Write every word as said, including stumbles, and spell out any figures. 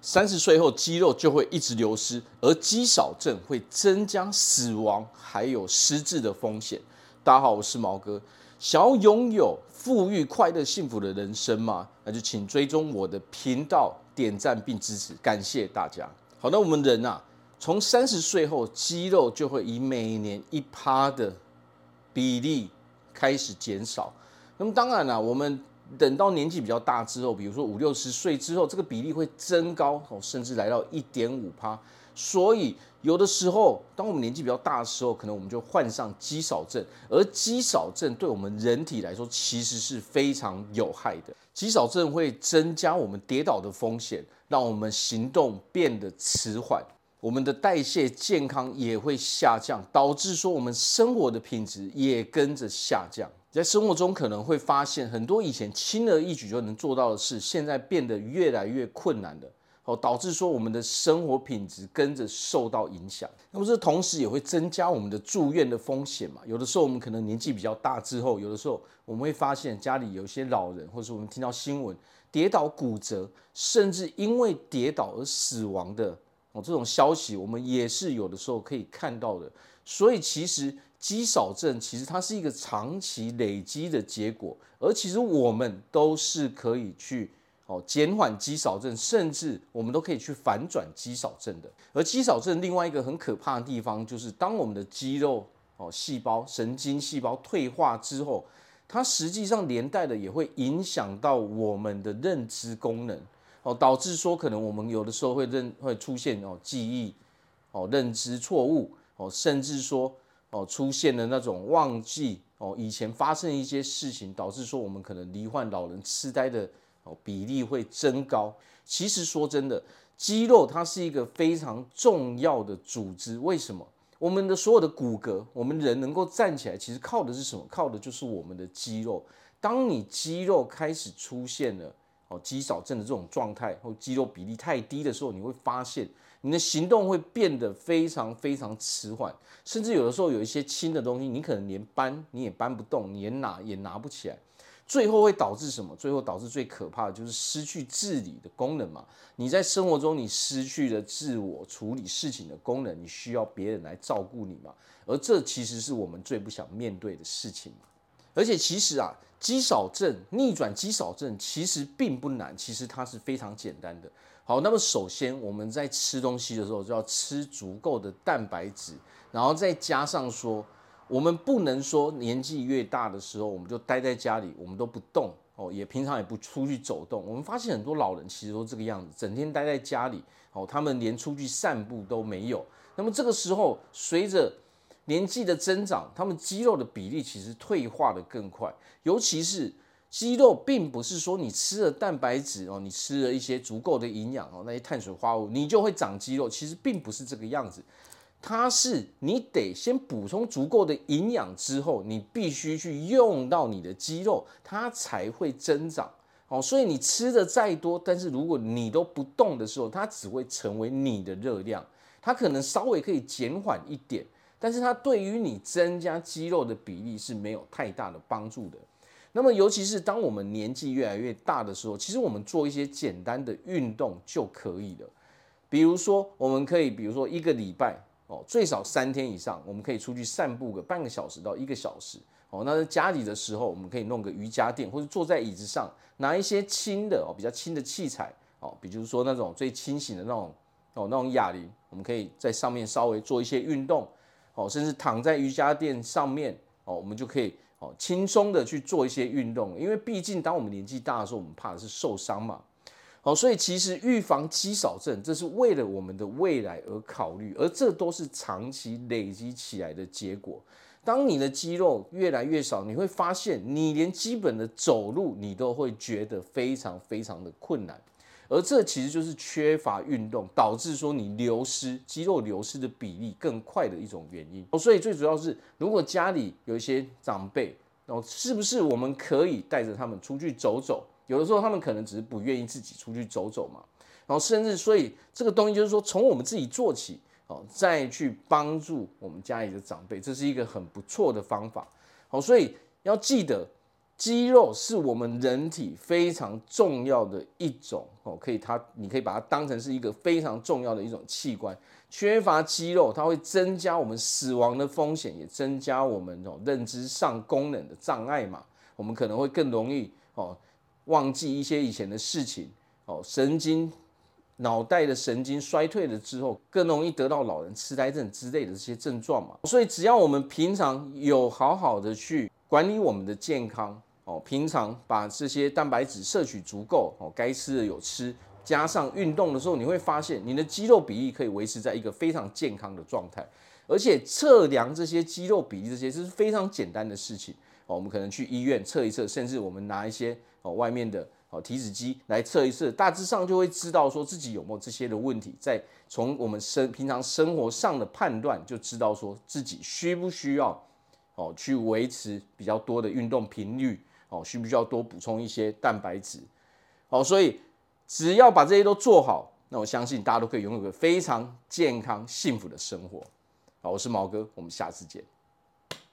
三十岁后肌肉就会一直流失，而肌少症会增加死亡还有失智的风险。大家好，我是毛哥。想要拥有富裕、快乐、幸福的人生吗？那就请追踪我的频道，点赞并支持，感谢大家。好，那我们人啊，从三十岁后，肌肉就会以每年一趴的比例开始减少。那么当然啦、啊，我们等到年纪比较大之后，比如说五六十岁之后，这个比例会增高，甚至来到一点五趴。所以有的时候，当我们年纪比较大的时候，可能我们就患上肌少症，而肌少症对我们人体来说其实是非常有害的。肌少症会增加我们跌倒的风险，让我们行动变得迟缓，我们的代谢健康也会下降，导致说我们生活的品质也跟着下降。在生活中可能会发现，很多以前轻而易举就能做到的事，现在变得越来越困难了。哦，导致说我们的生活品质跟着受到影响。那么这同时也会增加我们的住院的风险嘛。有的时候我们可能年纪比较大之后，有的时候我们会发现家里有一些老人，或者是我们听到新闻跌倒骨折，甚至因为跌倒而死亡的哦，这种消息我们也是有的时候可以看到的。所以其实肌少症其实它是一个长期累积的结果，而其实我们都是可以去哦减缓肌少症，甚至我们都可以去反转肌少症的。而肌少症另外一个很可怕的地方，就是当我们的肌肉哦细胞、神经细胞退化之后，它实际上连带的也会影响到我们的认知功能哦，导致说可能我们有的时候会认会出现哦记忆哦认知错误哦，甚至说哦出现了那种忘记哦以前发生一些事情，导致说我们可能罹患老人痴呆的哦比例会增高。其实说真的，肌肉它是一个非常重要的组织。为什么？我们的所有的骨骼，我们人能够站起来，其实靠的是什么？靠的就是我们的肌肉。当你肌肉开始出现了哦肌少症的这种状态，或肌肉比例太低的时候，你会发现你的行动会变得非常非常迟缓，甚至有的时候有一些轻的东西，你可能连搬你也搬不动，你连拿也拿不起来。最后会导致什么？最后导致最可怕的就是失去自理的功能嘛。你在生活中你失去了自我处理事情的功能，你需要别人来照顾你嘛。而这其实是我们最不想面对的事情嘛。而且其实啊，肌少症逆转肌少症其实并不难，其实它是非常简单的。好，那么首先我们在吃东西的时候就要吃足够的蛋白质，然后再加上说，我们不能说年纪越大的时候，我们就待在家里，我们都不动哦，也平常也不出去走动。我们发现很多老人其实都这个样子，整天待在家里哦，他们连出去散步都没有。那么这个时候，随着年纪的增长，他们肌肉的比例其实退化的更快，尤其是肌肉，并不是说你吃了蛋白质哦，你吃了一些足够的营养哦，那些碳水化合物，你就会长肌肉，其实并不是这个样子。它是你得先补充足够的营养之后，你必须去用到你的肌肉，它才会增长。哦，所以你吃的再多，但是如果你都不动的时候，它只会成为你的热量，它可能稍微可以减缓一点，但是它对于你增加肌肉的比例是没有太大的帮助的。那么，尤其是当我们年纪越来越大的时候，其实我们做一些简单的运动就可以了。比如说，我们可以，比如说一个礼拜。哦，最少三天以上，我们可以出去散步个半个小时到一个小时。哦，那在家里的时候，我们可以弄个瑜伽垫，或者坐在椅子上，拿一些轻的哦，比较轻的器材哦，比如说那种最轻型的那种哦，那种哑铃，我们可以在上面稍微做一些运动哦，甚至躺在瑜伽垫上面哦，我们就可以哦轻松的去做一些运动，因为毕竟当我们年纪大的时候，我们怕的是受伤嘛。好，所以其实预防肌少症，这是为了我们的未来而考虑，而这都是长期累积起来的结果。当你的肌肉越来越少，你会发现你连基本的走路你都会觉得非常非常的困难，而这其实就是缺乏运动导致说你流失肌肉流失的比例更快的一种原因。所以最主要是，如果家里有一些长辈，是不是我们可以带着他们出去走走？有的时候他们可能只是不愿意自己出去走走嘛，然后甚至所以这个东西就是说从我们自己做起哦，再去帮助我们家里的长辈，这是一个很不错的方法。好，所以要记得肌肉是我们人体非常重要的一种哦，可以它你可以把它当成是一个非常重要的一种器官。缺乏肌肉，它会增加我们死亡的风险，也增加我们哦认知上功能的障碍嘛。我们可能会更容易哦忘记一些以前的事情哦，神经脑袋的神经衰退了之后，更容易得到老人痴呆症之类的这些症状嘛。所以只要我们平常有好好的去管理我们的健康哦，平常把这些蛋白质摄取足够哦，该吃的有吃，加上运动的时候，你会发现你的肌肉比例可以维持在一个非常健康的状态。而且测量这些肌肉比例，这些是非常简单的事情哦。我们可能去医院测一测，甚至我们拿一些哦外面的哦体脂机来测一测，大致上就会知道说自己有没有这些的问题。在从我们生平常生活上的判断，就知道说自己需不需要哦去维持比较多的运动频率。哦，需不需要多补充一些蛋白质？好，所以只要把这些都做好，那我相信大家都可以拥有一个非常健康、幸福的生活。好，我是毛哥，我们下次见。